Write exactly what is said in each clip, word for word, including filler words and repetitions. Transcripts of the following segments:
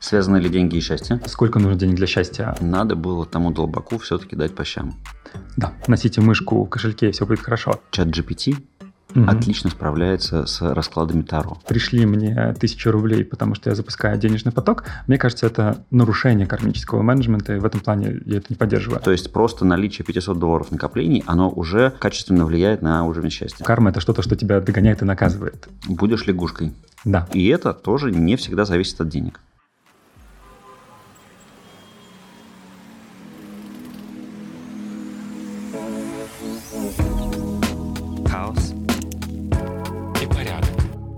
Связаны ли деньги и счастье? Сколько нужно денег для счастья? Надо было тому долбаку все-таки дать по щам. Да, носите мышку в кошельке, и все будет хорошо. Чат джи пи ти Угу. отлично справляется с раскладами Таро. Пришли мне тысячу рублей, потому что я запускаю денежный поток. Мне кажется, это нарушение кармического менеджмента, и в этом плане я это не поддерживаю. То есть просто наличие пятьсот долларов накоплений, оно уже качественно влияет на уровень счастья. Карма – это что-то, что тебя догоняет и наказывает. Будешь лягушкой. Да. И это тоже не всегда зависит от денег. Хаос и порядок.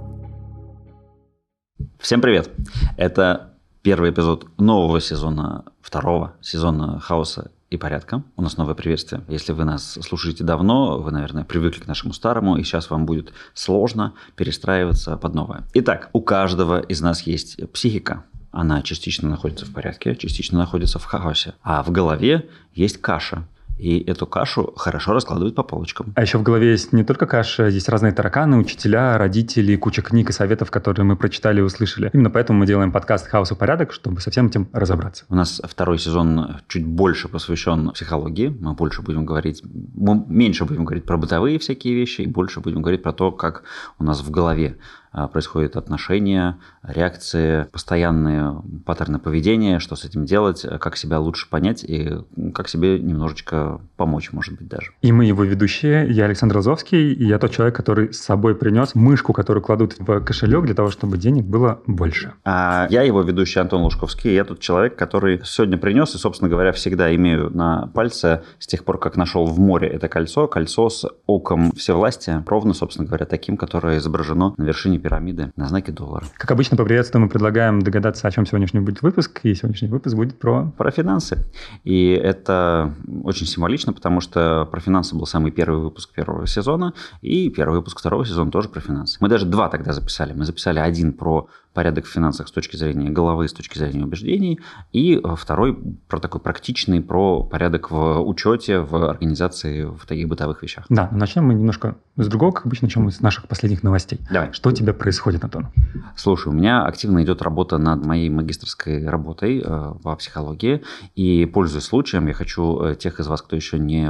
Всем привет! Это первый эпизод нового сезона, второго сезона «Хаоса и порядка». У нас новое приветствие. Если вы нас слушаете давно, вы, наверное, привыкли к нашему старому, и сейчас вам будет сложно перестраиваться под новое. Итак, у каждого из нас есть психика. Она частично находится в порядке, частично находится в хаосе. А в голове есть каша. И эту кашу хорошо раскладывают по полочкам. А еще в голове есть не только каша, есть разные тараканы, учителя, родители, куча книг и советов, которые мы прочитали и услышали. Именно поэтому мы делаем подкаст «Хаос и порядок», чтобы со всем этим разобраться. У нас второй сезон чуть больше посвящен психологии. Мы больше будем говорить, мы меньше будем говорить про бытовые всякие вещи, и больше будем говорить про то, как у нас в голове происходят отношения, реакции, постоянные паттерны поведения, что с этим делать, как себя лучше понять и как себе немножечко помочь, может быть, даже. И мы его ведущие. Я Александр Розовский, и я тот человек, который с собой принес мышку, которую кладут в кошелек для того, чтобы денег было больше. А я его ведущий Антон Лужковский, и я тот человек, который сегодня принес и, собственно говоря, всегда имею на пальце с тех пор, как нашел в море это кольцо, кольцо с оком всевластия, ровно, собственно говоря, таким, которое изображено на вершине пирамиды на знаке доллара. Как обычно, по приветствию мы предлагаем догадаться, о чем сегодняшний будет выпуск, и сегодняшний выпуск будет про... Про финансы. И это очень символично, потому что про финансы был самый первый выпуск первого сезона, и первый выпуск второго сезона тоже про финансы. Мы даже два тогда записали. Мы записали один про порядок в финансах с точки зрения головы, с точки зрения убеждений, и второй про такой практичный, про порядок в учете, в организации, в таких бытовых вещах. Да, начнем мы немножко с другого, как обычно, начнем мы с наших последних новостей. Давай. Что у тебя происходит, Антон? Слушай, у меня активно идет работа над моей магистерской работой э, по психологии, и, пользуясь случаем, я хочу э, тех из вас, кто еще не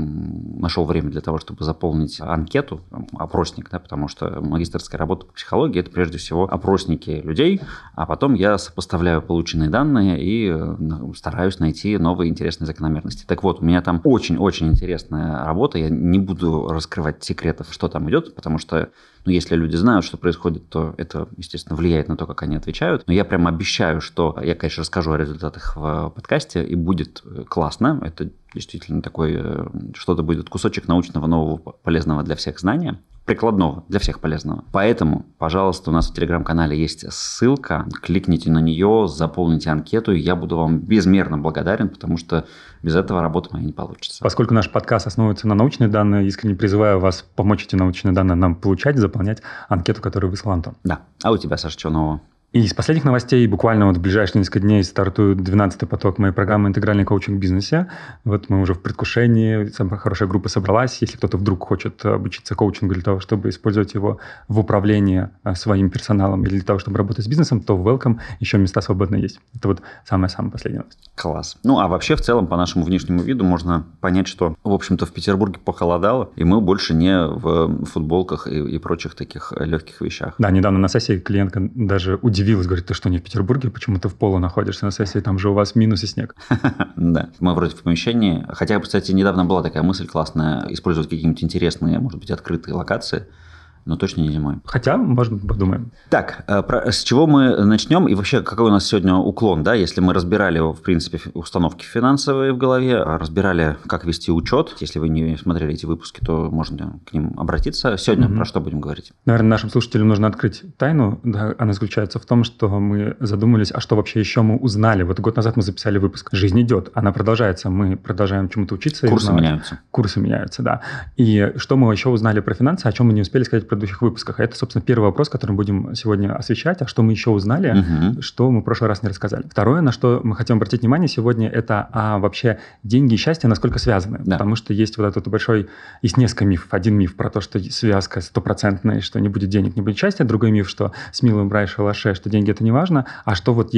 м, нашел время для того, чтобы заполнить анкету, опросник, да, потому что магистерская работа по психологии – это прежде всего опросники людей, а потом я сопоставляю полученные данные и стараюсь найти новые интересные закономерности. Так вот, у меня там очень-очень интересная работа. Я не буду раскрывать секретов, что там идет, потому что, ну, если люди знают, что происходит, то это, естественно, влияет на то, как они отвечают. Но я прям обещаю, что я, конечно, расскажу о результатах в подкасте, и будет классно. Это действительно такой, что-то будет, кусочек научного, нового, полезного для всех знания. Прикладного, для всех полезного. Поэтому, пожалуйста, у нас в Телеграм-канале есть ссылка, кликните на нее, заполните анкету, и я буду вам безмерно благодарен, потому что без этого работа моя не получится. Поскольку наш подкаст основывается на научных данных, искренне призываю вас помочь эти научные данные нам получать, заполнять анкету, которую выслал Антон. Да. А у тебя, Саша, что нового? И из последних новостей буквально вот в ближайшие несколько дней стартует двенадцатый поток моей программы «Интегральный коучинг в бизнесе». Вот мы уже в предвкушении, самая хорошая группа собралась. Если кто-то вдруг хочет обучиться коучингу для того, чтобы использовать его в управлении своим персоналом или для того, чтобы работать с бизнесом, то welcome, еще места свободные есть. Это вот самая-самая последняя новость. Класс. Ну, а вообще, в целом, по нашему внешнему виду можно понять, что, в общем-то, в Петербурге похолодало, и мы больше не в футболках и, и прочих таких легких вещах. Да, недавно на сессии клиентка даже удивилась. Удивилась, говорит, ты что, не в Петербурге? Почему ты в поло находишься на сессии? Там же у вас минус и снег. Да, мы вроде в помещении. Хотя, кстати, недавно была такая мысль классная, использовать какие-нибудь интересные, может быть, открытые локации. Но точно не зимой. Хотя, может быть, подумаем. Так, с чего мы начнем? И вообще, какой у нас сегодня уклон? Да? Если мы разбирали, в принципе, установки финансовые в голове, разбирали, как вести учет. Если вы не смотрели эти выпуски, то можно к ним обратиться. Сегодня mm-hmm. про что будем говорить? Наверное, нашим слушателям нужно открыть тайну. Да, она заключается в том, что мы задумались, а что вообще еще мы узнали. Вот год назад мы записали выпуск «Жизнь идет». Она продолжается. Мы продолжаем чему-то учиться. Курсы меняются. Курсы меняются, да. И что мы еще узнали про финансы, о чем мы не успели сказать про предыдущих выпусках. Это, собственно, первый вопрос, который мы будем сегодня освещать. А что мы еще узнали, угу. что мы в прошлый раз не рассказали. Второе, на что мы хотим обратить внимание сегодня, это а вообще деньги и счастье насколько связаны. Да. Потому что есть вот этот большой... Есть несколько мифов. Один миф про то, что связка стопроцентная, что не будет денег, не будет счастья. Другой миф, что с милым Брайша Лаше, что деньги – это не важно. А что вот есть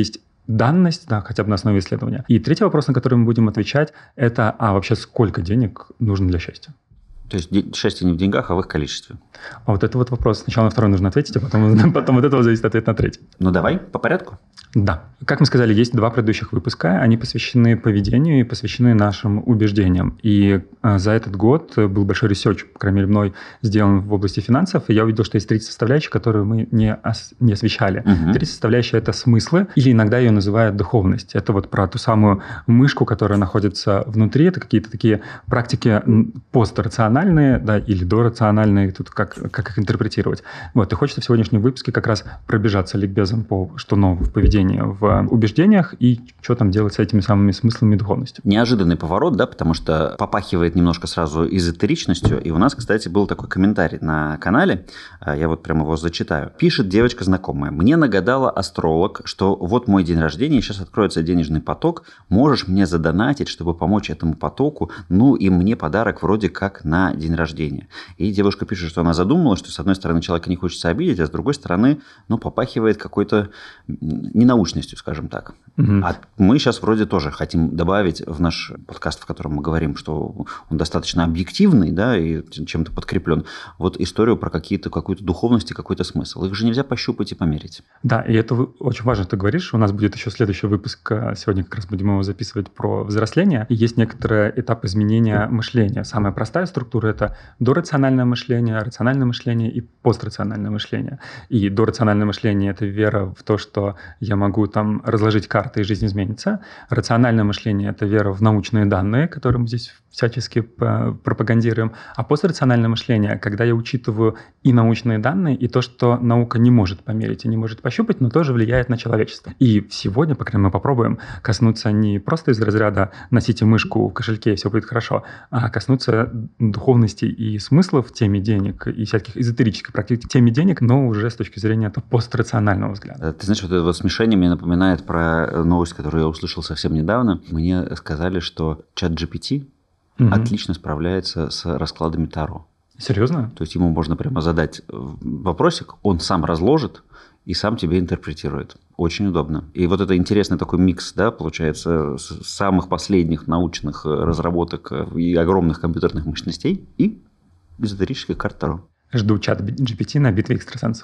данность, да, хотя бы на основе исследования. И третий вопрос, на который мы будем отвечать, это, а вообще сколько денег нужно для счастья? То есть счастье не в деньгах, а в их количестве. А вот это вот вопрос. Сначала на второй нужно ответить, а потом, потом от этого зависит ответ на третий. Ну давай, по порядку. Да. Как мы сказали, есть два предыдущих выпуска. Они посвящены поведению и посвящены нашим убеждениям. И а, за этот год был большой ресерч, по крайней мере, мной сделан в области финансов. И я увидел, что есть третья составляющая, которую мы не, ос- не освещали. Угу. Третья составляющая – это смыслы, или иногда ее называют духовность. Это вот про ту самую мышку, которая находится внутри. Это какие-то такие практики пострациональные, да, или дорациональные. Тут как, как их интерпретировать. Вот. И хочется в сегодняшнем выпуске как раз пробежаться ликбезом по что нового в поведении, в убеждениях и что там делать с этими самыми смыслами и духовностью. Неожиданный поворот, да, потому что попахивает немножко сразу эзотеричностью. И у нас, кстати, был такой комментарий на канале, я вот прямо его зачитаю. Пишет девочка знакомая. Мне нагадала астролог, что вот мой день рождения, сейчас откроется денежный поток, можешь мне задонатить, чтобы помочь этому потоку, ну и мне подарок вроде как на день рождения. И девушка пишет, что она задумалась, что с одной стороны человека не хочется обидеть, а с другой стороны, ну, попахивает какой-то ненаучностью, скажем так. Угу. А мы сейчас вроде тоже хотим добавить в наш подкаст, в котором мы говорим, что он достаточно объективный, да, и чем-то подкреплен, вот историю про какие-то, какую-то духовность и какой-то смысл. Их же нельзя пощупать и померить. Да, и это очень важно, что ты говоришь. У нас будет еще следующий выпуск, сегодня как раз будем его записывать, про взросление. И есть некоторый этап изменения мышления. Самая простая структура – это дорациональное мышление, рациональное мышление и пострациональное мышление. И дорациональное мышление – это вера в то, что я могу там разложить карты, и жизнь изменится. Рациональное мышление – это вера в научные данные, которые мы здесь всячески пропагандируем. А пострациональное мышление, когда я учитываю и научные данные, и то, что наука не может померить и не может пощупать, но тоже влияет на человечество. И сегодня, по крайней мере, мы попробуем коснуться не просто из разряда «носите мышку в кошельке, и все будет хорошо», а коснуться духовности и смыслов в теме денег и всяких эзотерических практик в теме денег, но уже с точки зрения пострационального взгляда. Ты знаешь, вот это вот смешение мне напоминает про новость, которую я услышал совсем недавно. Мне сказали, что чат джи пи ти угу. отлично справляется с раскладами Таро. Серьезно? То есть ему можно прямо задать вопросик, он сам разложит и сам тебе интерпретирует. Очень удобно. И вот это интересный такой микс, да, получается, с самых последних научных разработок и огромных компьютерных мощностей и эзотерических карт Таро. Жду чат джи пи ти на битве экстрасенсов.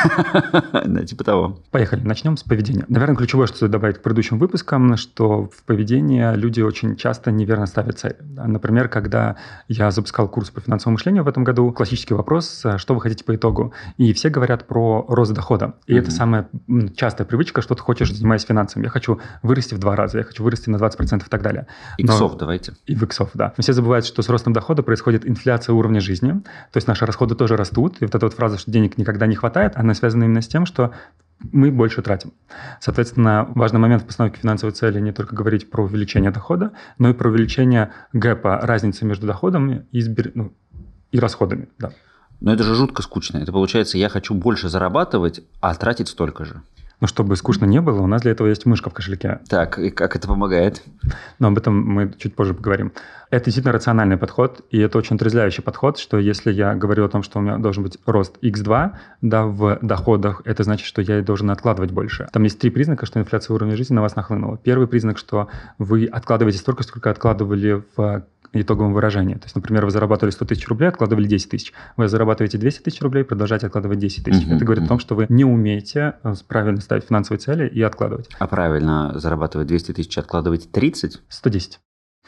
Да, типа того. Поехали, начнем с поведения. Наверное, ключевое, что стоит добавить к предыдущим выпускам, что в поведении люди очень часто неверно ставят цели. Например, когда я запускал курс по финансовому мышлению в этом году, классический вопрос, что вы хотите по итогу? И все говорят про рост дохода. И mm-hmm. это самая частая привычка, что ты хочешь, занимаясь финансами. Я хочу вырасти в два раза, я хочу вырасти на двадцать процентов и так далее. Иксов Но... давайте. И в иксов, да. Но все забывают, что с ростом дохода происходит инфляция уровня жизни. То есть наши расходы тоже растут, и вот эта вот фраза, что денег никогда не хватает, она связана именно с тем, что мы больше тратим. Соответственно, важный момент в постановке финансовой цели не только говорить про увеличение дохода, но и про увеличение гэпа, разницы между доходом и, сбер... ну, и расходами. Да. Но это же жутко скучно. Это получается, я хочу больше зарабатывать, а тратить столько же. Но чтобы скучно не было, у нас для этого есть мышка в кошельке. Так, и как это помогает? Но об этом мы чуть позже поговорим. Это действительно рациональный подход, и это очень отрезвляющий подход, что если я говорю о том, что у меня должен быть рост икс два да, в доходах, это значит, что я должен откладывать больше. Там есть три признака, что инфляция уровня жизни на вас нахлынула. Первый признак, что вы откладываете столько, сколько откладывали в итоговом выражении. То есть, например, вы зарабатывали сто тысяч рублей, откладывали десять тысяч. Вы зарабатываете двести тысяч рублей, продолжаете откладывать десять тысяч. Uh-huh, это говорит uh-huh. о том, что вы не умеете правильно ставить финансовые цели и откладывать. А правильно зарабатывать двести тысяч, откладывать тридцать? сто десять.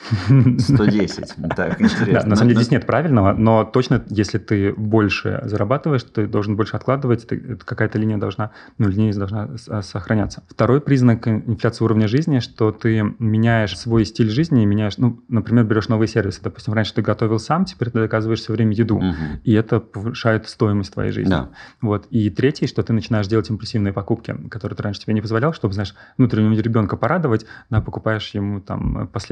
сто десять. Так, интересно. Да, на самом деле здесь нет правильного, но точно, если ты больше зарабатываешь, ты должен больше откладывать, ты, какая-то линия должна, ну, линия должна сохраняться. Второй признак инфляции уровня жизни, что ты меняешь свой стиль жизни, меняешь, ну, например, берешь новые сервисы. Допустим, раньше ты готовил сам, теперь ты заказываешь все время еду, угу. и это повышает стоимость твоей жизни. Да. Вот. И третий, что ты начинаешь делать импульсивные покупки, которые ты раньше тебе не позволял, чтобы, знаешь, внутреннего ребенка порадовать, да, покупаешь ему там последний iPhone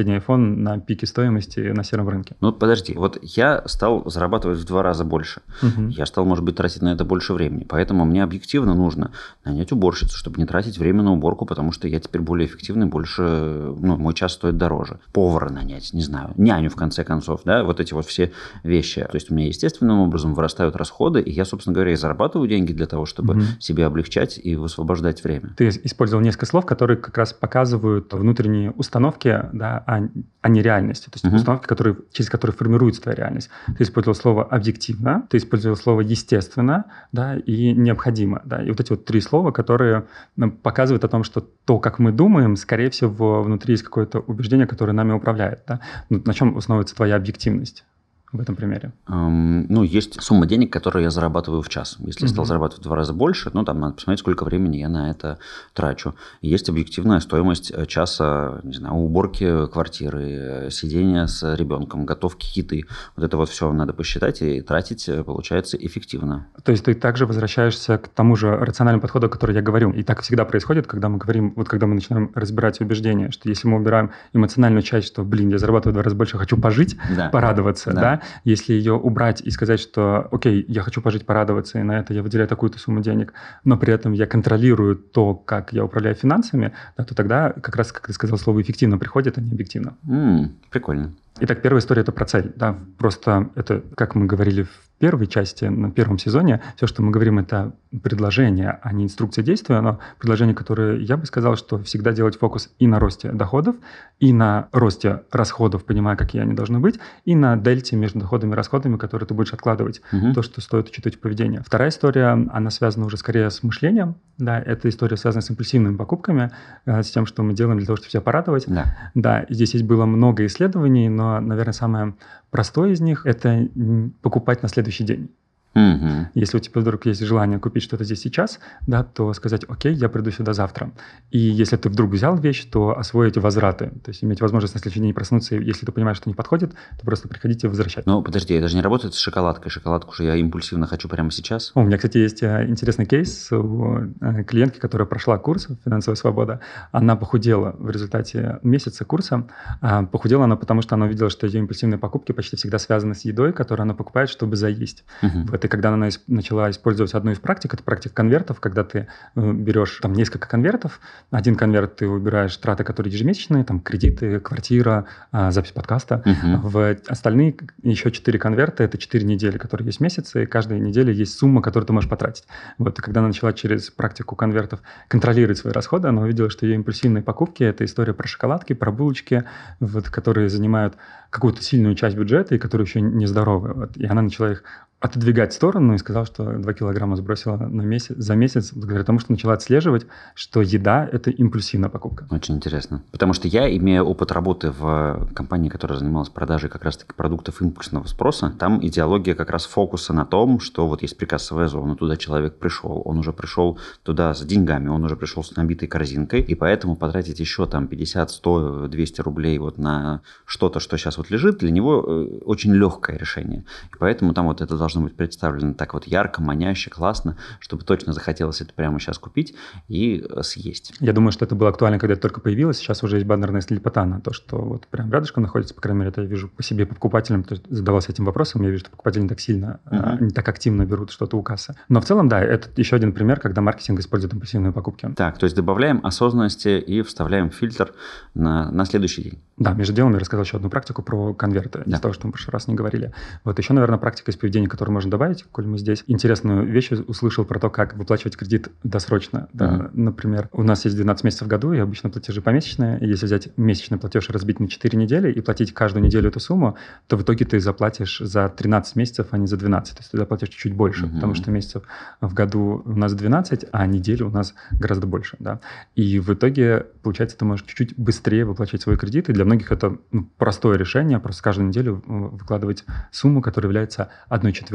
сезон на пике стоимости на сером рынке. Ну, подожди, вот я стал зарабатывать в два раза больше. Угу. Я стал, может быть, тратить на это больше времени. Поэтому мне объективно нужно нанять уборщицу, чтобы не тратить время на уборку, потому что я теперь более эффективный, больше, ну, мой час стоит дороже. Повара нанять, не знаю, няню, в конце концов, да, вот эти вот все вещи. То есть у меня естественным образом вырастают расходы, и я, собственно говоря, и зарабатываю деньги для того, чтобы угу. себе облегчать и высвобождать время. Ты использовал несколько слов, которые как раз показывают внутренние установки, да, а, а не реальности. То есть угу. установки, которые, через которые формируется твоя реальность. Ты использовал слово «объективно», ты использовал слово «естественно», да, и «необходимо». Да, и вот эти вот три слова, которые показывают о том, что то, как мы думаем, скорее всего, внутри есть какое-то убеждение, которое нами управляет. Да? Ну, на чем основывается твоя объективность в этом примере? Um, ну, есть сумма денег, которую я зарабатываю в час. Если я mm-hmm. стал зарабатывать в два раза больше, ну, там надо посмотреть, сколько времени я на это трачу. Есть объективная стоимость часа, не знаю, уборки квартиры, сидения с ребенком, готовки еды. Вот это вот все надо посчитать и тратить, получается, эффективно. То есть ты также возвращаешься к тому же рациональному подходу, о котором я говорю. И так всегда происходит, когда мы говорим, вот когда мы начинаем разбирать убеждения, что если мы убираем эмоциональную часть, что, блин, я зарабатываю в два раза больше, хочу пожить, да. порадоваться, да. да, если ее убрать и сказать, что окей, я хочу пожить, порадоваться, и на это я выделяю такую-то сумму денег, но при этом я контролирую то, как я управляю финансами, да, то тогда как раз, как ты сказал, слово «эффективно» приходит, а не «объективно». Mm, прикольно. Итак, первая история – это про цель. Да? Просто это, как мы говорили в первой части, на первом сезоне, все, что мы говорим, это предложение, а не инструкция действия, но предложение, которое я бы сказал, что всегда делать фокус и на росте доходов, и на росте расходов, понимая, какие они должны быть, и на дельте между доходами и расходами, которые ты будешь откладывать, угу. то, что стоит учитывать в поведении. Вторая история, она связана уже скорее с мышлением. Да? Это история связана с импульсивными покупками, с тем, что мы делаем для того, чтобы себя порадовать. Да. Да, здесь есть было много исследований, но, наверное, самое простое из них – это покупать на следующий день. Mm-hmm. Если у тебя вдруг есть желание купить что-то здесь сейчас, да, то сказать: окей, я приду сюда завтра. И если ты вдруг взял вещь, то освоить возвраты. То есть иметь возможность на следующий день проснуться, и если ты понимаешь, что не подходит, то просто приходите и возвращать. Ну, подожди, это же не работает с шоколадкой. Шоколадку же я импульсивно хочу прямо сейчас. У меня, кстати, есть интересный кейс у клиентки, которая прошла курс «Финансовая свобода». Она похудела в результате месяца курса. Похудела она потому, что она увидела, что ее импульсивные покупки почти всегда связаны с едой, которую она покупает, чтобы заесть. Uh-huh. Вот, и когда она начала использовать одну из практик, это практика конвертов, когда ты берешь там несколько конвертов, один конверт ты выбираешь траты, которые ежемесячные, там кредиты, квартира, запись подкаста. Uh-huh. В остальные еще четыре конверта, это четыре недели, которые есть месяцы, и каждой неделе есть сумма, которую ты можешь потратить. Вот, и когда она начала через практику конвертов контролировать свои расходы, она увидела, что ее импульсивные покупки – это история про шоколадки, про булочки, вот, которые занимают какую-то сильную часть бюджета и которые еще нездоровые. Вот. И она начала их отодвигать в сторону и сказала, что два килограмма сбросила на месяц, за месяц, благодаря тому, что начала отслеживать, что еда – это импульсивная покупка. Очень интересно. Потому что я, имея опыт работы в компании, которая занималась продажей как раз-таки продуктов импульсного спроса, там идеология как раз фокуса на том, что вот есть прикассовая зона, туда человек пришел, он уже пришел туда с деньгами, он уже пришел с набитой корзинкой, и поэтому потратить еще там пятьдесят, сто, двести рублей вот на что-то, что сейчас вот лежит, для него очень легкое решение. И поэтому там вот это должно должно быть представлено так вот ярко, маняще, классно, чтобы точно захотелось это прямо сейчас купить и съесть. Я думаю, что это было актуально, когда это только появилось. Сейчас уже есть баннерная слепота на то, что вот прям рядышком находится, по крайней мере, это я вижу по себе, по покупателям, то есть задавался этим вопросом, я вижу, что покупатели не так сильно, uh-huh. не так активно берут что-то у кассы. Но в целом, да, это еще один пример, когда маркетинг использует импульсивные покупки. Так, то есть добавляем осознанности и вставляем фильтр на, на следующий день. Да, между делом я рассказал еще одну практику про конверты, да. из того, что мы в прошлый раз не говорили. Вот еще, наверное, практика из поведения, которую можно добавить, коль мы здесь. Интересную вещь услышал про то, как выплачивать кредит досрочно. Да. Uh-huh. Например, у нас есть двенадцать месяцев в году, и обычно платежи помесячные. И если взять месячный платеж и разбить на четыре недели и платить каждую неделю эту сумму, то в итоге ты заплатишь за тринадцать месяцев, а не за двенадцать. То есть ты заплатишь чуть-чуть больше, uh-huh. потому что месяцев в году у нас двенадцать, а недель у нас гораздо больше. Да. И в итоге, получается, ты можешь чуть-чуть быстрее выплачивать свой кредит. И для многих это ну, простое решение, просто каждую неделю выкладывать сумму, которая является одной четвертой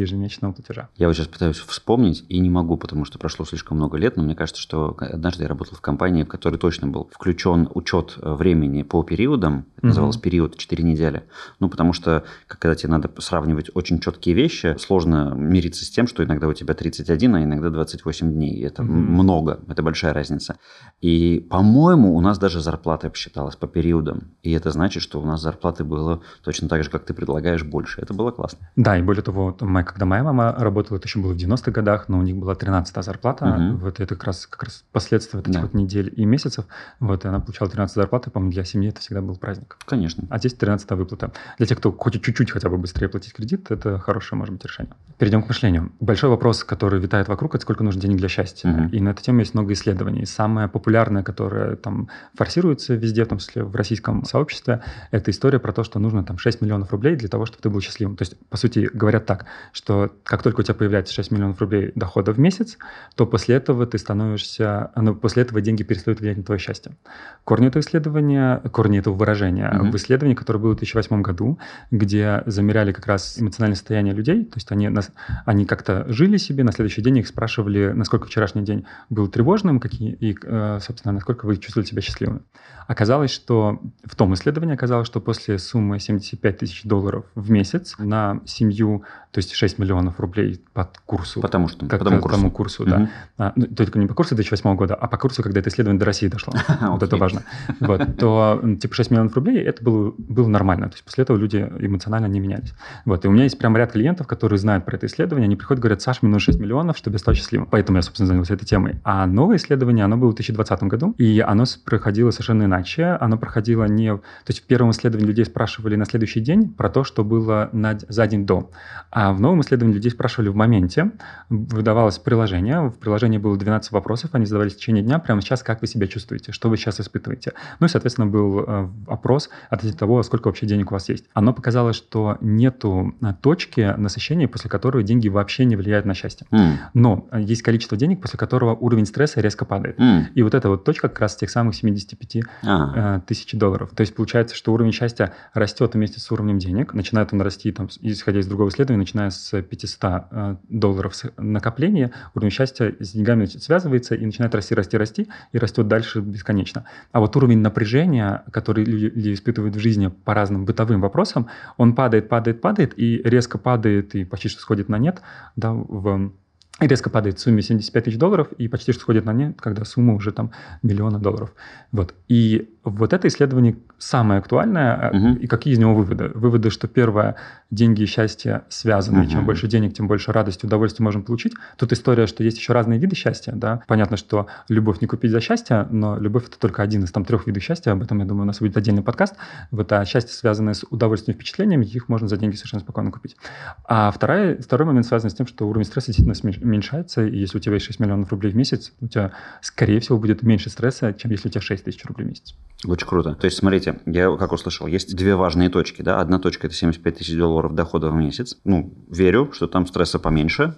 ежемесячного платежа. Я вот сейчас пытаюсь вспомнить и не могу, потому что прошло слишком много лет, но мне кажется, что однажды я работал в компании, в которой точно был включен учет времени по периодам, это mm-hmm. называлось период четыре недели, ну, потому что, когда тебе надо сравнивать очень четкие вещи, сложно мириться с тем, что иногда у тебя тридцать один, а иногда двадцать восемь дней. Это mm-hmm. много, это большая разница. И, по-моему, у нас даже зарплата посчиталась по периодам. И это значит, что у нас зарплаты было точно так же, как ты предлагаешь, больше. Это было классно. Да, и более того, когда моя мама работала, это еще было в девяностых годах, но у них была тринадцатая зарплата. Mm-hmm. Вот это как раз, как раз последствия этих да. вот недель и месяцев. Вот, и она получала тринадцатую зарплату. По-моему, для семьи это всегда был праздник. Конечно. А здесь тринадцатая выплата. Для тех, кто хочет чуть-чуть хотя бы быстрее платить кредит, это хорошее, может быть, решение. Перейдем к мышлению. Большой вопрос, который витает вокруг, это сколько нужно денег для счастья. Mm-hmm. И на эту тему есть много исследований. Самое популярное, которое там форсируется везде, в том числе в российском сообществе, это история про то, что нужно там шесть миллионов рублей для того, чтобы ты был счастливым. То есть, по сути, говорят так, что как только у тебя появляется шесть миллионов рублей дохода в месяц, то после этого ты становишься, ну, после этого деньги перестают влиять на твое счастье. Корни этого исследования, корни этого выражения mm-hmm. в исследовании, которое было в две тысячи восьмом году, где замеряли как раз эмоциональное состояние людей, то есть они, они как-то жили себе, на следующий день их спрашивали, насколько вчерашний день был тревожным, какие, и, собственно, насколько вы чувствовали себя счастливым. Оказалось, что в том исследовании оказалось, что после суммы семьдесят пять тысяч долларов в месяц на семью, то есть шесть миллионов рублей по курсу. Потому что, как, потому по курсу. тому курсу, угу. да. А, ну, только не по курсу две тысячи восьмого года, а по курсу, когда это исследование до России дошло. Вот это важно. Вот, то типа шесть миллионов рублей, это было, было нормально. То есть после этого люди эмоционально не менялись. Вот, и у меня есть прям ряд клиентов, которые знают про это исследование, они приходят и говорят: Саш, мне нужно шесть миллионов, чтобы я стал счастливым. Поэтому я, собственно, занялся этой темой. А новое исследование, оно было в две тысячи двадцатом году, и оно проходило совершенно иначе. Оно проходило не... То есть в первом исследовании людей спрашивали на следующий день про то, что было на... за день до. А в новом исследовании людей спрашивали в моменте. Выдавалось приложение. В приложении было двенадцать вопросов. Они задавались в течение дня. Прямо сейчас как вы себя чувствуете? Что вы сейчас испытываете? Ну и, соответственно, был э, опрос относительно того, сколько вообще денег у вас есть. Оно показало, что нету точки насыщения, после которой деньги вообще не влияют на счастье. Mm. Но есть количество денег, после которого уровень стресса резко падает. Mm. И вот эта вот точка как раз тех самых семьдесят пять uh-huh. тысяч долларов. То есть получается, что уровень счастья растет вместе с уровнем денег. Начинает он расти, там, исходя из другого исследования, начиная с пятьсот долларов накопления, уровень счастья с деньгами связывается и начинает расти, расти, расти, и растет дальше бесконечно. А вот уровень напряжения, который люди испытывают в жизни по разным бытовым вопросам, он падает, падает, падает, и резко падает, и почти что сходит на нет, да, в... И резко падает в сумме семьдесят пять тысяч долларов, и почти что сходит на нет, когда сумма уже там миллиона долларов. Вот. И вот это исследование самое актуальное. Угу. И какие из него выводы? Выводы, что первое, деньги и счастье связаны. Угу. Чем больше денег, тем больше радости, удовольствия можем получить. Тут история, что есть еще разные виды счастья. Да? Понятно, что любовь не купить за счастье, но любовь – это только один из там трех видов счастья. Об этом, я думаю, у нас будет отдельный подкаст. Вот, а счастье, связанное с удовольствием и впечатлениями, их можно за деньги совершенно спокойно купить. А вторая, второй момент связан с тем, что уровень стресса действительно уменьшается, и если у тебя есть шесть миллионов рублей в месяц, у тебя, скорее всего, будет меньше стресса, чем если у тебя шесть тысяч рублей в месяц. Очень круто. То есть, смотрите, я как услышал, есть две важные точки. Да? Одна точка – это семьдесят пять тысяч долларов дохода в месяц. Ну, верю, что там стресса поменьше,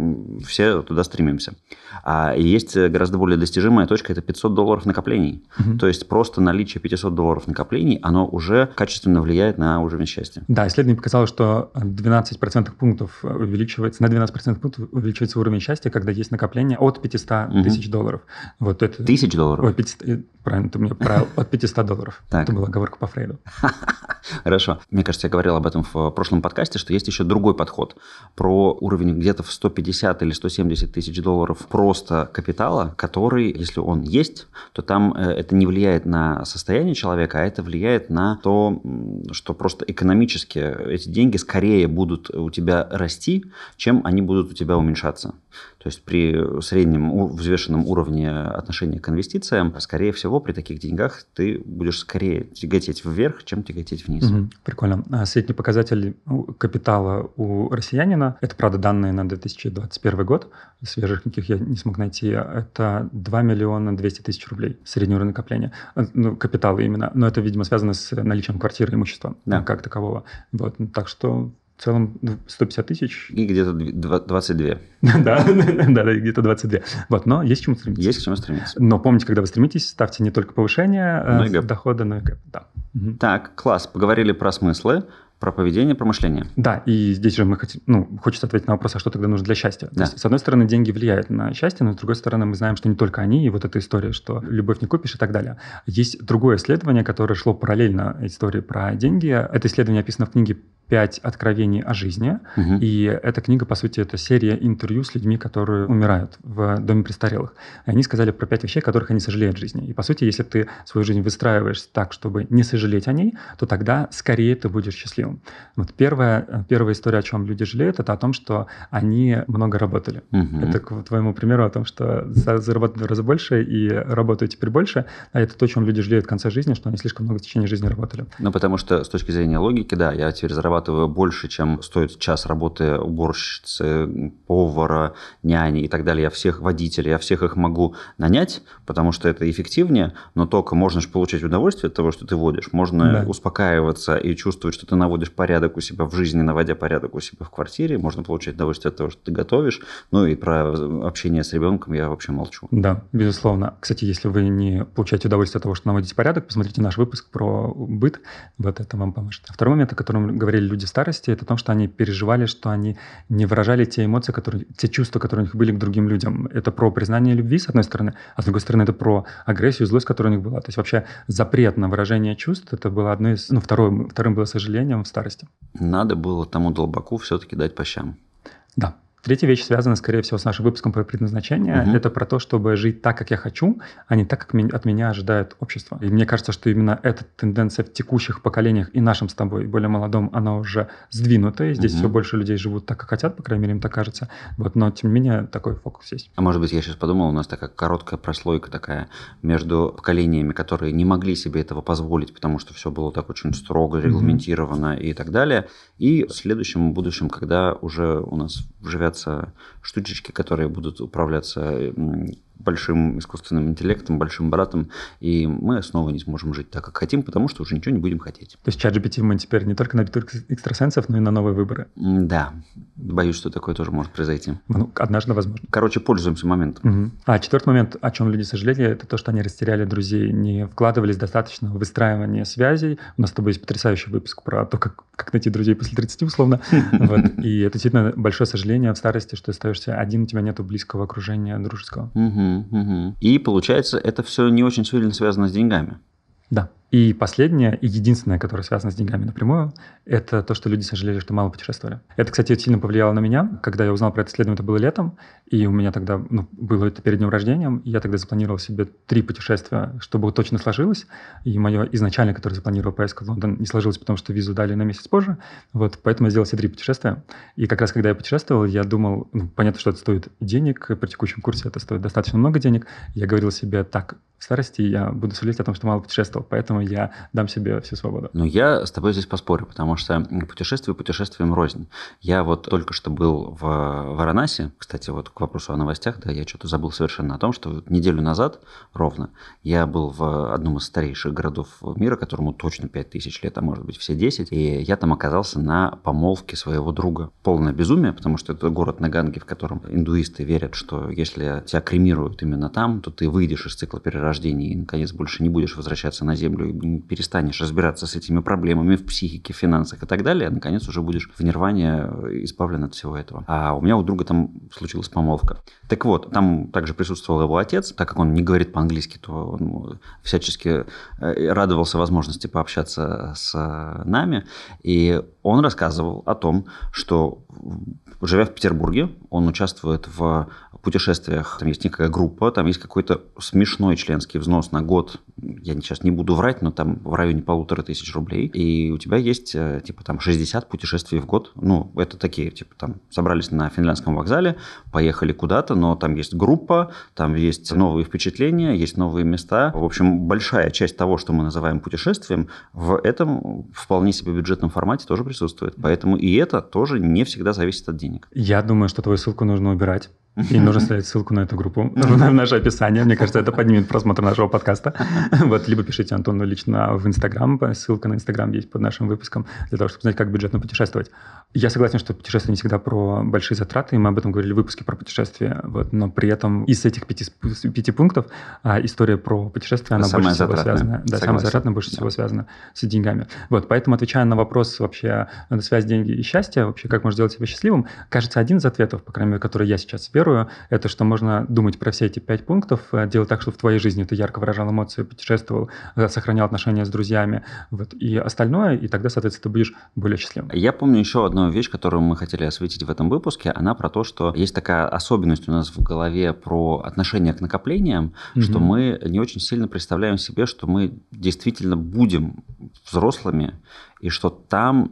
все туда стремимся. А есть гораздо более достижимая точка – это пятьсот долларов накоплений. Угу. То есть, просто наличие пятьсот долларов накоплений, оно уже качественно влияет на уровень счастья. Да, исследование показало, что двенадцать процентных пунктов увеличивается, на двенадцать процентных пунктов увеличивается уровень счастья, когда есть накопление от пятьсот тысяч долларов. Вот это... Тысяч долларов? Ой, пятьсот, правильно, ты мне правил, от пятьсот долларов. Так. Это была оговорка по Фрейду. Хорошо. Мне кажется, я говорил об этом в прошлом подкасте, что есть еще другой подход про уровень где-то в сто пятьдесят или сто семьдесят тысяч долларов просто капитала, который, если он есть, то там это не влияет на состояние человека, а это влияет на то, что просто экономически эти деньги скорее будут у тебя расти, чем они будут у тебя уменьшаться. То есть при среднем взвешенном уровне отношения к инвестициям, скорее всего, при таких деньгах ты будешь скорее тяготеть вверх, чем тяготеть вниз. Угу, прикольно. Средний показатель капитала у россиянина, это, правда, данные на две тысячи двадцать первый год, свежих никаких я не смог найти, это два миллиона двести тысяч рублей средний уровень накопления. Ну, капитала именно. Но это, видимо, связано с наличием квартиры и имущества, да, как такового. Вот. Так что... В целом сто пятьдесят тысяч. И где-то двадцать два. Да, да, где-то двадцать два. Вот, но есть к чему стремиться. Есть к чему стремиться. Но помните, когда вы стремитесь, ставьте не только повышение дохода, но и гэп. Да. Так, класс. Поговорили про смыслы, Про поведение, про мышление. Да, и здесь же мы хотим, ну, хочется ответить на вопрос, а что тогда нужно для счастья. Да. То есть, с одной стороны, деньги влияют на счастье, но с другой стороны, мы знаем, что не только они, и вот эта история, что любовь не купишь и так далее. Есть другое исследование, которое шло параллельно истории про деньги. Это исследование описано в книге «Пять откровений о жизни». Угу. И эта книга, по сути, это серия интервью с людьми, которые умирают в доме престарелых. И они сказали про пять вещей, которых они сожалеют в жизни. И, по сути, если ты свою жизнь выстраиваешь так, чтобы не сожалеть о ней, то тогда скорее ты будешь счастливым. Вот первая, первая история, о чем люди жалеют, это о том, что они много работали. Угу. Это к твоему примеру о том, что заработали в разы больше и работают теперь больше. А это то, о чем люди жалеют в конце жизни, что они слишком много в течение жизни работали. Ну, потому что с точки зрения логики, да, я теперь зарабатываю больше, чем стоит час работы уборщицы, повара, няни и так далее. Я всех водителей, я всех их могу нанять, потому что это эффективнее, но только можно же получать удовольствие от того, что ты водишь. Можно да. успокаиваться и чувствовать, что ты наводишь порядок у себя в жизни, наводя порядок у себя в квартире. Можно получать удовольствие от того, что ты готовишь. Ну и про общение с ребенком я вообще молчу. Да, безусловно. Кстати, если вы не получаете удовольствие от того, что наводите порядок, посмотрите наш выпуск про быт. Вот это вам поможет. Второй момент, о котором говорили люди в старости, это то, что они переживали, что они не выражали те эмоции, которые, те чувства, которые у них были к другим людям. Это про признание любви, с одной стороны, а с другой стороны, это про агрессию, злость, которая у них была. То есть вообще запрет на выражение чувств, это было одно из... Ну, второе, вторым было сожалением в старости. Надо было тому долбаку все-таки дать по щам. Да. Третья вещь связана, скорее всего, с нашим выпуском про предназначение. Угу. Это про то, чтобы жить так, как я хочу, а не так, как от меня ожидает общество. И мне кажется, что именно эта тенденция в текущих поколениях и нашем с тобой, и более молодом, она уже сдвинута. И здесь угу. все больше людей живут так, как хотят, по крайней мере, им так кажется. Вот, но, тем не менее, такой фокус есть. А может быть, я сейчас подумал, у нас такая короткая прослойка такая между поколениями, которые не могли себе этого позволить, потому что все было так очень строго регламентировано угу. и так далее. И в следующем будущем, когда уже у нас живят штучечки, которые будут управляться большим искусственным интеллектом, большим братом, и мы снова не сможем жить так, как хотим, потому что уже ничего не будем хотеть. То есть чат-джи пи ти мы теперь не только на битву экстрасенсов, но и на новые выборы. Да, боюсь, что такое тоже может произойти. Ну, однажды возможно. Короче, пользуемся моментом. Угу. А четвертый момент, о чем люди сожалели, это то, что они растеряли друзей, не вкладывались достаточно в выстраивание связей. У нас с тобой есть потрясающий выпуск про то, как, как найти друзей после тридцати, условно. И это действительно большое сожаление в старости, что ты остаешься один, у тебя нету близкого окружения дружеского. Угу. И получается, это все не очень сильно связано с деньгами. Да. И последнее, и единственное, которое связано с деньгами напрямую, это то, что люди сожалели, что мало путешествовали. Это, кстати, сильно повлияло на меня. Когда я узнал про это исследование, это было летом, и у меня тогда ну, было это перед днем рождения, и я тогда запланировал себе три путешествия, чтобы точно сложилось. И мое изначально, которое запланировал поездку в Лондон, не сложилось, потому что визу дали на месяц позже. Вот, поэтому я сделал себе три путешествия. И как раз, когда я путешествовал, я думал, ну, понятно, что это стоит денег, при текущем курсе это стоит достаточно много денег. Я говорил себе, так, в старости я буду сожалеть о том, что мало путешествовал, поэтому я дам себе всю свободу. Но я с тобой здесь поспорю, потому что путешествие путешествием рознь. Я вот только что был в Варанаси, кстати, вот к вопросу о новостях, да, я что-то забыл совершенно о том, что неделю назад ровно я был в одном из старейших городов мира, которому точно пять тысяч лет, а может быть все десять, и я там оказался на помолвке своего друга. Полное безумие, потому что это город на Ганге, в котором индуисты верят, что если тебя кремируют именно там, то ты выйдешь из цикла перерождения и, наконец, больше не будешь возвращаться на землю и перестанешь разбираться с этими проблемами в психике, в финансах и так далее, а, наконец, уже будешь в нирване избавлен от всего этого. А у меня у друга там случилась помолвка. Так вот, там также присутствовал его отец, так как он не говорит по-английски, то он всячески радовался возможности пообщаться с нами, и он рассказывал о том, что, живя в Петербурге, он участвует в путешествиях, там есть некая группа, там есть какой-то смешной членский взнос на год, я сейчас не буду врать, но там в районе полутора тысяч рублей, и у тебя есть типа там шестьдесят путешествий в год, ну, это такие, типа там собрались на Финляндском вокзале, поехали куда-то, но там есть группа, там есть новые впечатления, есть новые места, в общем, большая часть того, что мы называем путешествием, в этом вполне себе бюджетном формате тоже присутствует, поэтому и это тоже не всегда зависит от денег. Я думаю, что твою ссылку нужно убирать. И нужно ставить ссылку на эту группу в наше описание. Мне кажется, это поднимет просмотр нашего подкаста. Вот, либо пишите Антону лично в Инстаграм. Ссылка на Инстаграм есть под нашим выпуском, для того, чтобы знать, как бюджетно путешествовать. Я согласен, что путешествие не всегда про большие затраты, и мы об этом говорили в выпуске про путешествия. Вот, но при этом из этих пяти, пяти пунктов а, история про путешествие, она самая больше всего затратная. связана. Да, самая затратная, больше да. всего связана с деньгами. Вот, поэтому, отвечая на вопрос вообще на связь деньги и счастье, вообще как можно сделать себя счастливым, кажется, один из ответов, по крайней мере, который я сейчас верую, это что можно думать про все эти пять пунктов, делать так, чтобы в твоей жизни ты ярко выражал эмоции, путешествовал, сохранял отношения с друзьями, вот, и остальное, и тогда, соответственно, ты будешь более счастливым. Я помню еще одну вещь, которую мы хотели осветить в этом выпуске, она про то, что есть такая особенность у нас в голове про отношение к накоплениям, mm-hmm. что мы не очень сильно представляем себе, что мы действительно будем взрослыми, и что там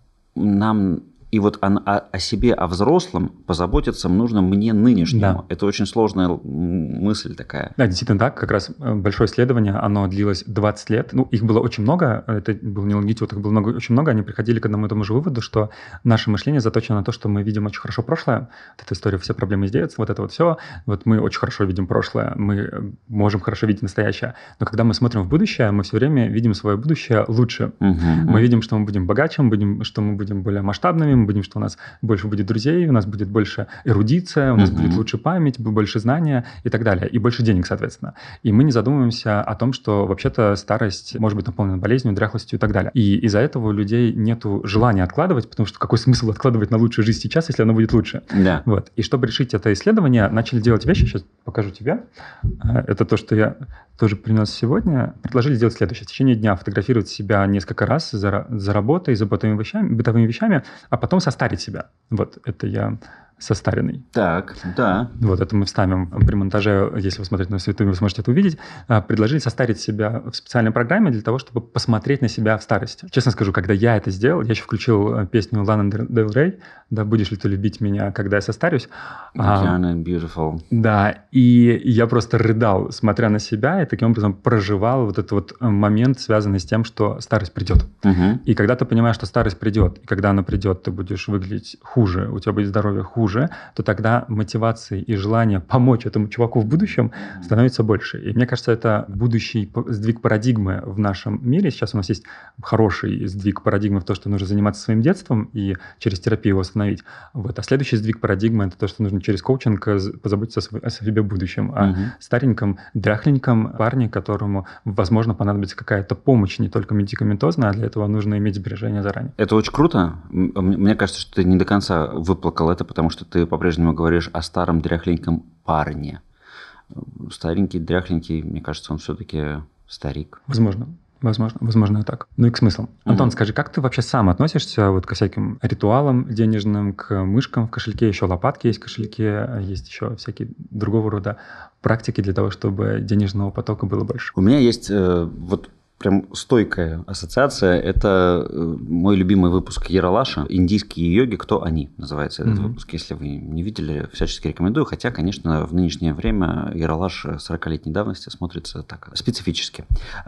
нам... И вот о, о себе, о взрослом позаботиться нужно мне нынешнему. Да. Это очень сложная мысль такая. Да, действительно так. Как раз большое исследование, оно длилось двадцать лет. Ну, их было очень много. Это был не лонгитюд, их было много, очень много. Они приходили к одному и тому же выводу, что наше мышление заточено на то, что мы видим очень хорошо прошлое. Вот эта история «Все проблемы из детства», вот это вот все. Вот мы очень хорошо видим прошлое, мы можем хорошо видеть настоящее. Но когда мы смотрим в будущее, мы все время видим свое будущее лучше. Угу. Мы видим, что мы будем богаче, мы будем, что мы будем более масштабными, мы будем, что у нас больше будет друзей, у нас будет больше эрудиция, у нас mm-hmm. будет лучше память, больше знания и так далее, и больше денег, соответственно. И мы не задумываемся о том, что вообще-то старость может быть наполнена болезнью, дряхлостью и так далее. И из-за этого у людей нет желания откладывать, потому что какой смысл откладывать на лучшую жизнь сейчас, если она будет лучше? Yeah. Вот. И чтобы решить это исследование, начали делать вещи, сейчас покажу тебе. Это то, что я тоже принес сегодня. Предложили сделать следующее. В течение дня фотографировать себя несколько раз за, за работой, за бытовыми вещами, бытовыми вещами, а потом состарить себя. Вот, это я состаренный. Так, да. Вот, это мы вставим при монтаже, если вы смотрите на YouTube, вы сможете это увидеть. Предложили состарить себя в специальной программе для того, чтобы посмотреть на себя в старости. Честно скажу, когда я это сделал, я еще включил песню Ланы Дель Рей, да, «Будешь ли ты любить меня, когда я состарюсь». Young and beautiful. Да, и я просто рыдал, смотря на себя, и таким образом проживал вот этот вот момент, связанный с тем, что старость придет. Угу. И когда ты понимаешь, что старость придет, и когда она придет, ты будешь выглядеть хуже, у тебя будет здоровье хуже, то тогда мотивации и желание помочь этому чуваку в будущем становится больше. И мне кажется, это будущий сдвиг парадигмы в нашем мире. Сейчас у нас есть хороший сдвиг парадигмы в то, что нужно заниматься своим детством и через терапию его остановить. Вот. А следующий сдвиг парадигмы – это то, что нужно через коучинг позаботиться о себе будущем, о угу. стареньком, дряхленьком парне, которому, возможно, понадобится какая-то помощь, не только медикаментозная, а для этого нужно иметь сбережения заранее. Это очень круто. Мне кажется, что ты не до конца выплакал это, потому что ты по-прежнему говоришь о старом дряхленьком парне. Старенький, дряхленький, мне кажется, он все-таки старик. Возможно. Возможно, возможно и так. Ну и к смыслам. Антон, mm-hmm. скажи, как ты вообще сам относишься вот ко всяким ритуалам денежным, к мышкам в кошельке, еще лопатки есть в кошельке, есть еще всякие другого рода практики для того, чтобы денежного потока было больше? У меня есть э, вот прям стойкая ассоциация. Это мой любимый выпуск Ералаша «Индийские йоги. Кто они?» называется этот mm-hmm. выпуск. Если вы не видели, всячески рекомендую. Хотя, конечно, в нынешнее время Ералаш сорокалетней давности смотрится так специфически.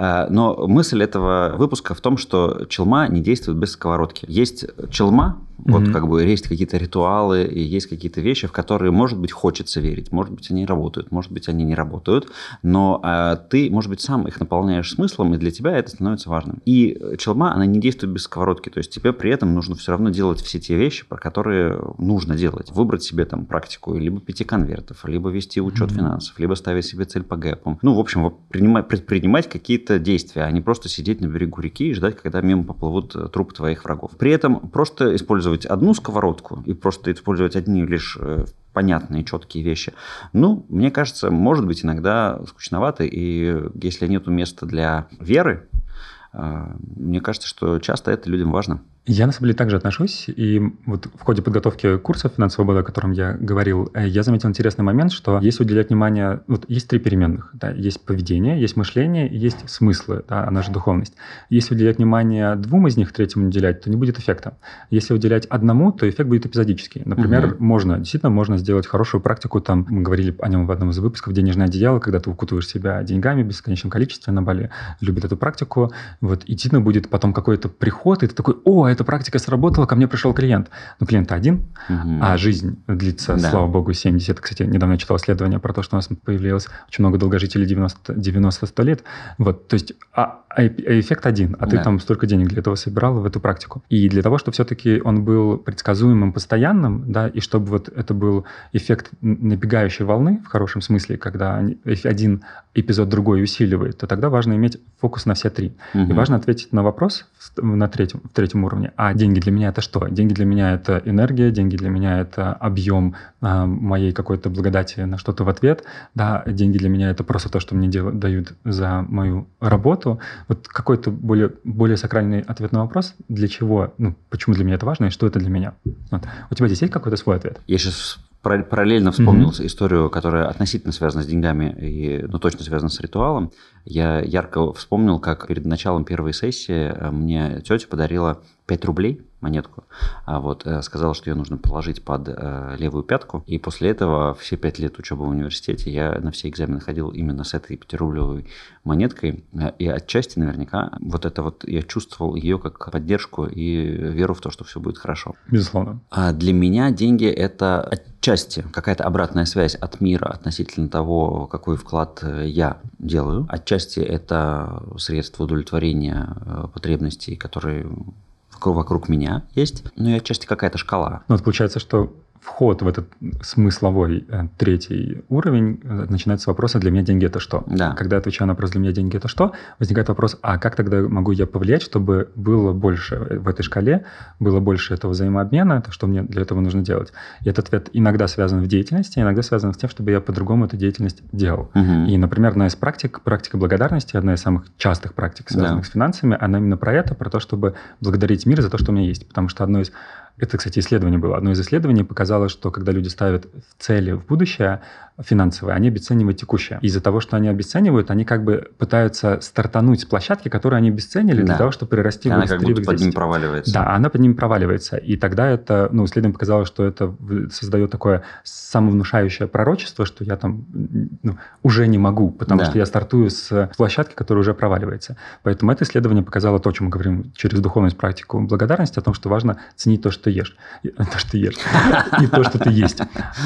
Но мысль этого выпуска в том, что челма не действует без сковородки. Есть челма, mm-hmm. вот как бы есть какие-то ритуалы, и есть какие-то вещи, в которые, может быть, хочется верить. Может быть, они работают, может быть, они не работают. Но ты, может быть, сам их наполняешь смыслом, и для тебя тебя это становится важным. И челма, она не действует без сковородки, то есть тебе при этом нужно все равно делать все те вещи, про которые нужно делать. Выбрать себе там практику, либо пяти конвертов, либо вести учет mm-hmm. финансов, либо ставить себе цель по гэпам. Ну, в общем, принимать, предпринимать какие-то действия, а не просто сидеть на берегу реки и ждать, когда мимо поплывут трупы твоих врагов. При этом просто использовать одну сковородку и просто использовать одни лишь понятные, четкие вещи. Ну, мне кажется, может быть иногда скучновато, и если нет места для веры, мне кажется, что часто это людям важно. Я, на самом деле, также отношусь, и вот в ходе подготовки курсов «Финансовая свобода», о котором я говорил, я заметил интересный момент, что если уделять внимание, вот есть три переменных, да, есть поведение, есть мышление, есть смыслы, да, а наша духовность. Если уделять внимание двум из них, третьему не уделять, то не будет эффекта. Если уделять одному, то эффект будет эпизодический. Например, угу. можно, действительно, можно сделать хорошую практику, там, мы говорили о нем в одном из выпусков, денежное одеяло, когда ты укутываешь себя деньгами в бесконечном количестве, на Бали любят эту практику, вот, и действительно будет потом какой-то приход, и ты такой, о, это эта практика сработала, ко мне пришел клиент. Ну, клиент один, угу. а жизнь длится, да. слава богу, семьдесят. Кстати, недавно я читал исследование про то, что у нас появилось очень много долгожителей девяносто-сто лет. Вот, то есть, а, а эффект один, а да. ты там столько денег для этого собирал в эту практику. И для того, чтобы все-таки он был предсказуемым, постоянным, да, и чтобы вот это был эффект набегающей волны, в хорошем смысле, когда один эпизод другой усиливает, то тогда важно иметь фокус на все три. Угу. И важно ответить на вопрос на третьем, в третьем уровне. А деньги для меня это что? Деньги для меня это энергия, деньги для меня это объем а, моей какой-то благодати на что-то в ответ. Да, деньги для меня это просто то, что мне дел- дают за мою работу. Вот какой-то более, более сакральный ответ на вопрос, для чего, ну, почему для меня это важно и что это для меня. Вот. У тебя здесь есть какой-то свой ответ? Я сейчас параллельно вспомнил mm-hmm. историю, которая относительно связана с деньгами, и, ну, точно связана с ритуалом. Я ярко вспомнил, как перед началом первой сессии мне тетя подарила пять рублей, монетку, а вот сказала, что ее нужно положить под э, левую пятку, и после этого все пять лет учебы в университете я на все экзамены ходил именно с этой пятирублевой монеткой, и отчасти наверняка вот это вот я чувствовал ее как поддержку и веру в то, что все будет хорошо. Безусловно. А для меня деньги – это отчасти какая-то обратная связь от мира относительно того, какой вклад я делаю. Отчасти это средство удовлетворения потребностей, которые вокруг меня есть, ну и отчасти какая-то шкала. Ну, вот получается, что вход в этот смысловой э, третий уровень э, начинается с вопроса «для меня деньги – это что?». Да. Когда я отвечаю на вопрос «для меня деньги – это что?», возникает вопрос «а как тогда могу я повлиять, чтобы было больше в этой шкале, было больше этого взаимообмена, это что мне для этого нужно делать?». И этот ответ иногда связан в деятельности, иногда связан с тем, чтобы я по-другому эту деятельность делал. Угу. И, например, одна из практик, практика благодарности, одна из самых частых практик, связанных да. с финансами, она именно про это, про то, чтобы благодарить мир за то, что у меня есть. Потому что одно из Это, кстати, исследование было. Одно из исследований показало, что когда люди ставят цели в будущее финансовые, они обесценивают текущее. Из-за того, что они обесценивают, они как бы пытаются стартануть с площадки, которую они обесценили, да. для того, чтобы перерасти в индустрию. Она как будто под ними проваливается. Да, она под ними проваливается. И тогда это, ну, исследование показало, что это создает такое самовнушающее пророчество, что я там ну, уже не могу, потому да. что я стартую с площадки, которая уже проваливается. Поэтому это исследование показало то, о чем мы говорим через духовность, практику благодарности, о том, что важно ценить то, что ешь. То, что ты ешь. И то, что ты есть.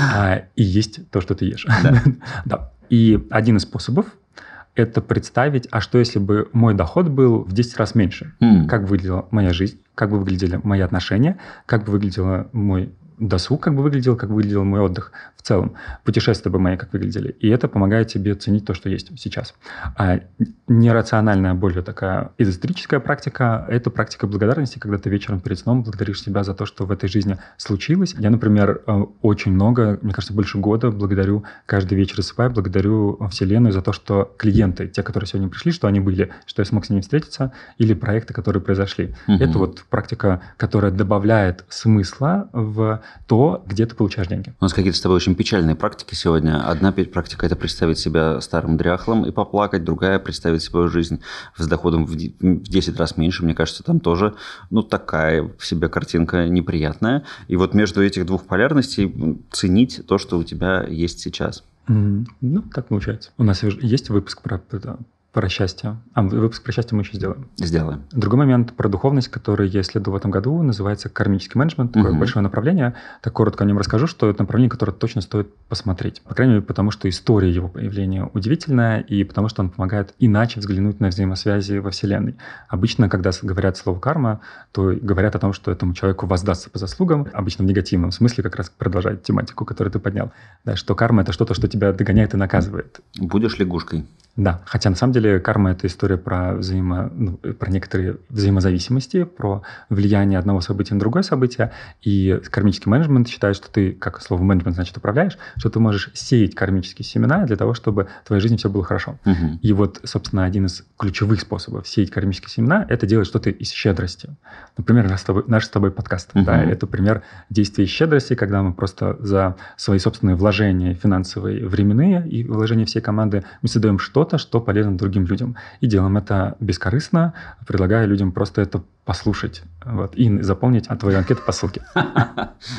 И есть то, что ты ешь. Да. да. И один из способов – это представить, а что если бы мой доход был в десять раз меньше? Mm. Как бы выглядела моя жизнь, как бы выглядели мои отношения, как бы выглядел мой досуг, как бы выглядел, как бы выглядел мой отдых в целом, путешествия бы мои как выглядели. И это помогает тебе ценить то, что есть сейчас. А нерациональная, более такая эзотерическая практика – это практика благодарности, когда ты вечером перед сном благодаришь себя за то, что в этой жизни случилось. Я, например, очень много, мне кажется, больше года благодарю каждый вечер засыпая, благодарю Вселенную за то, что клиенты, те, которые сегодня пришли, что они были, что я смог с ними встретиться, или проекты, которые произошли. Угу. Это вот практика, которая добавляет смысла в то, где ты получаешь деньги. У нас какие-то с тобой очень печальные практики сегодня. Одна практика – это представить себя старым дряхлым и поплакать, другая – представить свою жизнь с доходом в десять раз меньше. Мне кажется, там тоже ну, такая в себе картинка неприятная. И вот между этих двух полярностей ценить то, что у тебя есть сейчас. Mm, ну, так получается. У нас есть выпуск про это. Про счастье. А, выпуск про счастье мы еще сделаем. Сделаем. Другой момент про духовность, который я исследовал в этом году, называется кармический менеджмент. Такое угу. большое направление. Так коротко о нем расскажу, что это направление, которое точно стоит посмотреть. По крайней мере, потому что история его появления удивительная, и потому что он помогает иначе взглянуть на взаимосвязи во Вселенной. Обычно, когда говорят слово карма, то говорят о том, что этому человеку воздастся по заслугам, обычно в негативном смысле, как раз продолжать тематику, которую ты поднял. Да, что карма – это что-то, что тебя догоняет и наказывает. Будешь лягушкой. Да, хотя на самом деле карма – это история про, взаимо, ну, про некоторые взаимозависимости, про влияние одного события на другое событие. И кармический менеджмент считает, что ты, как слово менеджмент значит управляешь, что ты можешь сеять кармические семена для того, чтобы в твоей жизни все было хорошо. Угу. И вот, собственно, один из ключевых способов сеять кармические семена – это делать что-то из щедрости. Например, наш с тобой, наш с тобой подкаст. Угу. Да, это пример действия из щедрости, когда мы просто за свои собственные вложения финансовые, временные и вложения всей команды мы создаем что-то, что полезно другим людям. И делаем это бескорыстно, предлагая людям просто это послушать вот, и заполнить твою анкету по ссылке.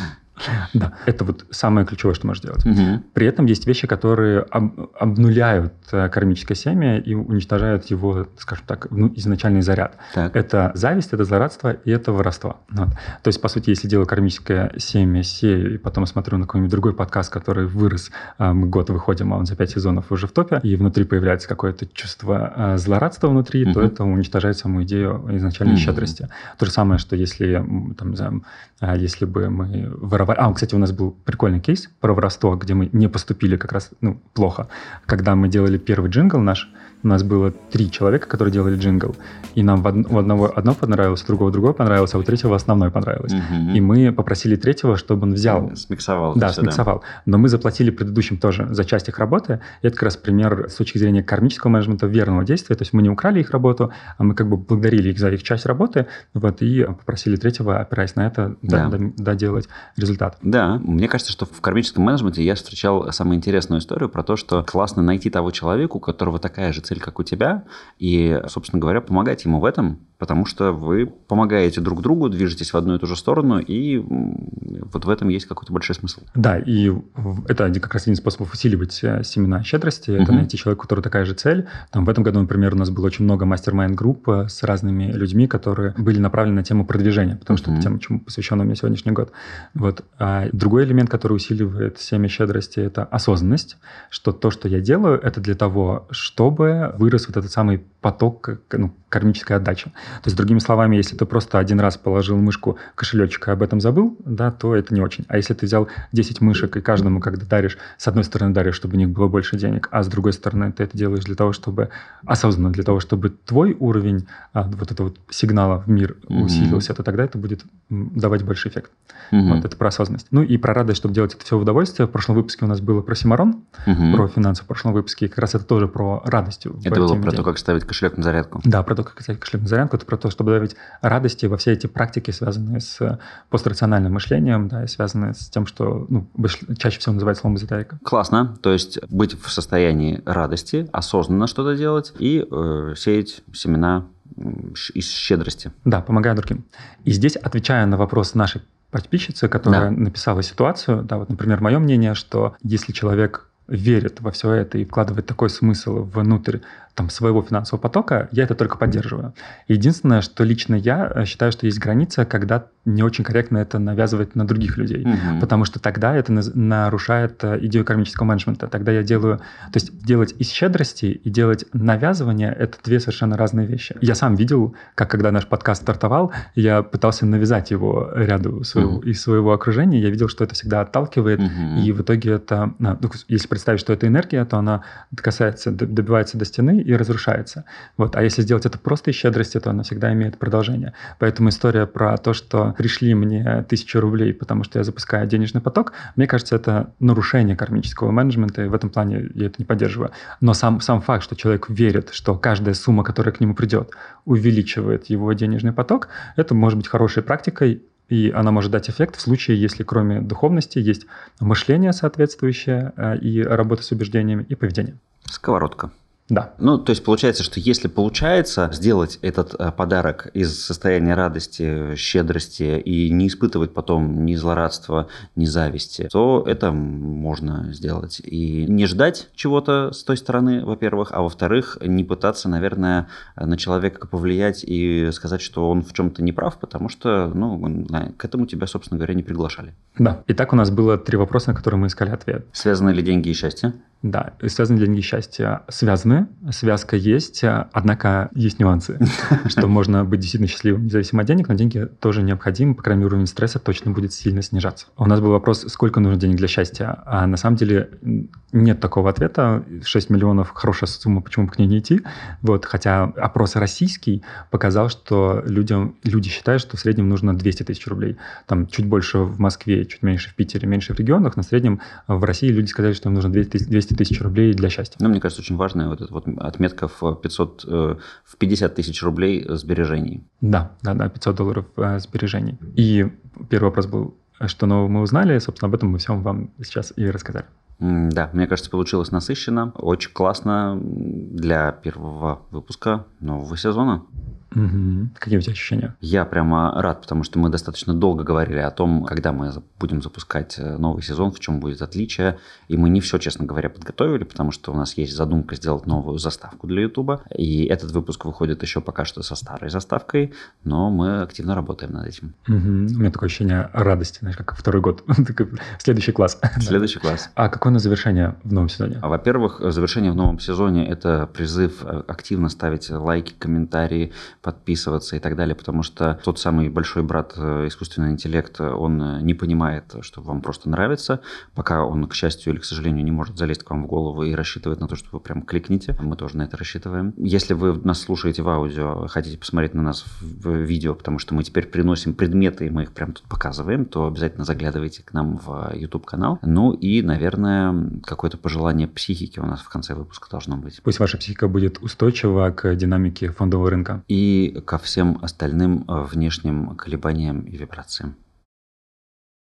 Да, это вот самое ключевое, что можно делать. Угу. При этом есть вещи, которые об, обнуляют кармическое семя и уничтожают его, скажем так, ну, изначальный заряд. Так. Это зависть, это злорадство и это воровство. Вот. То есть, по сути, если делаю кармическое семя, сею, и потом смотрю на какой-нибудь другой подкаст, который вырос, мы год выходим, а он за пять сезонов уже в топе, и внутри появляется какое-то чувство злорадства внутри, угу. то это уничтожает саму идею изначальной угу. щедрости. То же самое, что если, там, не знаю, если бы мы воровали... А, кстати, у нас был прикольный кейс про воровство, где мы не поступили как раз ну, плохо. Когда мы делали первый джингл наш, у нас было три человека, которые делали джингл, и нам в од... у одного одно понравилось, у другого другое понравилось, а у третьего основное понравилось. Угу. И мы попросили третьего, чтобы он взял... Смиксовал. Да, все, смиксовал. Да. Но мы заплатили предыдущим тоже за часть их работы. И это как раз пример с точки зрения кармического менеджмента верного действия. То есть мы не украли их работу, а мы как бы благодарили их за их часть работы, вот, и попросили третьего, опираясь на это, да. доделать результат. Да, мне кажется, что в кармическом менеджменте я встречал самую интересную историю про то, что классно найти того человека, у которого такая же цель, как у тебя, и, собственно говоря, помогать ему в этом, потому что вы помогаете друг другу, движетесь в одну и ту же сторону, и вот в этом есть какой-то большой смысл. Да, и это как раз один способ усиливать семена щедрости, это uh-huh. найти человека, у которого такая же цель. Там в этом году, например, у нас было очень много мастер-майнд-групп с разными людьми, которые были направлены на тему продвижения, потому uh-huh. что это тема, чему посвящен у меня сегодняшний год. Вот. А другой элемент, который усиливает семя щедрости, это осознанность, что то, что я делаю, это для того, чтобы вырос вот этот самый поток, ну, кармической отдачи. То есть, другими словами, если ты просто один раз положил мышку в кошелечек и об этом забыл, да, то это не очень. А если ты взял десять мышек и каждому, когда даришь, с одной стороны даришь, чтобы у них было больше денег, а с другой стороны ты это делаешь для того, чтобы осознанно, для того, чтобы твой уровень а, вот этого вот сигнала в мир mm-hmm. усилился, то тогда это будет давать больший эффект. Mm-hmm. Вот это про осознанность. Ну и про радость, чтобы делать это все в удовольствие. В прошлом выпуске у нас было про Симарон, mm-hmm. про финансы в прошлом выпуске, и как раз это тоже про радость. Это было про то, как ставить кошелек на зарядку. Да, про то, как ставить кошелек на зарядку, это про то, чтобы добавить радости во все эти практики, связанные с пострациональным мышлением, да, и связанные с тем, что ну, чаще всего называют словом эзотерика. Классно. То есть быть в состоянии радости, осознанно что-то делать и э, сеять семена из щедрости. Да, помогая другим. И здесь, отвечая на вопрос нашей подписчицы, которая да. написала ситуацию, да, вот, например, мое мнение, что если человек верит во все это и вкладывает такой смысл внутрь там, своего финансового потока, я это только поддерживаю. Единственное, что лично я считаю, что есть граница, когда не очень корректно это навязывать на других людей, угу. потому что тогда это нарушает идею кармического менеджмента. Тогда я делаю... То есть делать из щедрости и делать навязывание – это две совершенно разные вещи. Я сам видел, как когда наш подкаст стартовал, я пытался навязать его ряду своего, угу. из своего окружения, я видел, что это всегда отталкивает, угу. и в итоге это... Ну, если представить, что это энергия, то она касается, добивается до стены и разрушается. Вот. А если сделать это просто из щедрости, то она всегда имеет продолжение. Поэтому история про то, что пришли мне тысячу рублей, потому что я запускаю денежный поток, мне кажется, это нарушение кармического менеджмента, и в этом плане я это не поддерживаю. Но сам, сам факт, что человек верит, что каждая сумма, которая к нему придет, увеличивает его денежный поток, это может быть хорошей практикой, и она может дать эффект в случае, если кроме духовности есть мышление соответствующее и работа с убеждениями и поведение. Сковородка. Да. Ну, то есть получается, что если получается сделать этот э, подарок из состояния радости, щедрости и не испытывать потом ни злорадства, ни зависти, то это можно сделать. И не ждать чего-то с той стороны, во-первых, а во-вторых, не пытаться, наверное, на человека повлиять и сказать, что он в чем-то не прав, потому что, ну, к этому тебя, собственно говоря, не приглашали. Да. Итак, у нас было три вопроса, на которые мы искали ответ. Связаны ли деньги и счастье? Да, связаны ли деньги и счастье? Связаны. Связка есть, однако есть нюансы, что можно быть действительно счастливым независимо от денег, но деньги тоже необходимы, по крайней мере, уровень стресса точно будет сильно снижаться. У нас был вопрос, сколько нужно денег для счастья, а на самом деле нет такого ответа. шесть миллионов – хорошая сумма, почему бы к ней не идти? Вот, хотя опрос российский показал, что людям, люди считают, что в среднем нужно двести тысяч рублей. Там чуть больше в Москве, чуть меньше в Питере, меньше в регионах, но в среднем в России люди сказали, что им нужно двести тысяч рублей для счастья. Ну, мне кажется, очень важная вот эта вот отметка в пятьсот, в пятьдесят тысяч рублей сбережений. Да, да, да, пятьсот долларов сбережений. И первый вопрос был, что нового мы узнали, собственно, об этом мы всем вам сейчас и рассказали. Да, мне кажется, получилось насыщенно, очень классно для первого выпуска нового сезона. Угу. Какие у тебя ощущения? Я прямо рад, потому что мы достаточно долго говорили о том, когда мы будем запускать новый сезон, в чем будет отличие. И мы не все, честно говоря, подготовили, потому что у нас есть задумка сделать новую заставку для Ютуба. И этот выпуск выходит еще пока что со старой заставкой, но мы активно работаем над этим. Угу. У меня такое ощущение радости, знаешь, как второй год. Следующий класс. Следующий класс. А какое у нас завершение в новом сезоне? Во-первых, завершение в новом сезоне – это призыв активно ставить лайки, комментарии, подписываться и так далее, потому что тот самый большой брат искусственный интеллект, он не понимает, что вам просто нравится, пока он, к счастью или к сожалению, не может залезть к вам в голову и рассчитывает на то, что вы прям кликните. Мы тоже на это рассчитываем. Если вы нас слушаете в аудио, хотите посмотреть на нас в видео, потому что мы теперь приносим предметы, и мы их прям тут показываем, то обязательно заглядывайте к нам в YouTube-канал. Ну и, наверное, какое-то пожелание психики у нас в конце выпуска должно быть. Пусть ваша психика будет устойчива к динамике фондового рынка. И ко всем остальным внешним колебаниям и вибрациям.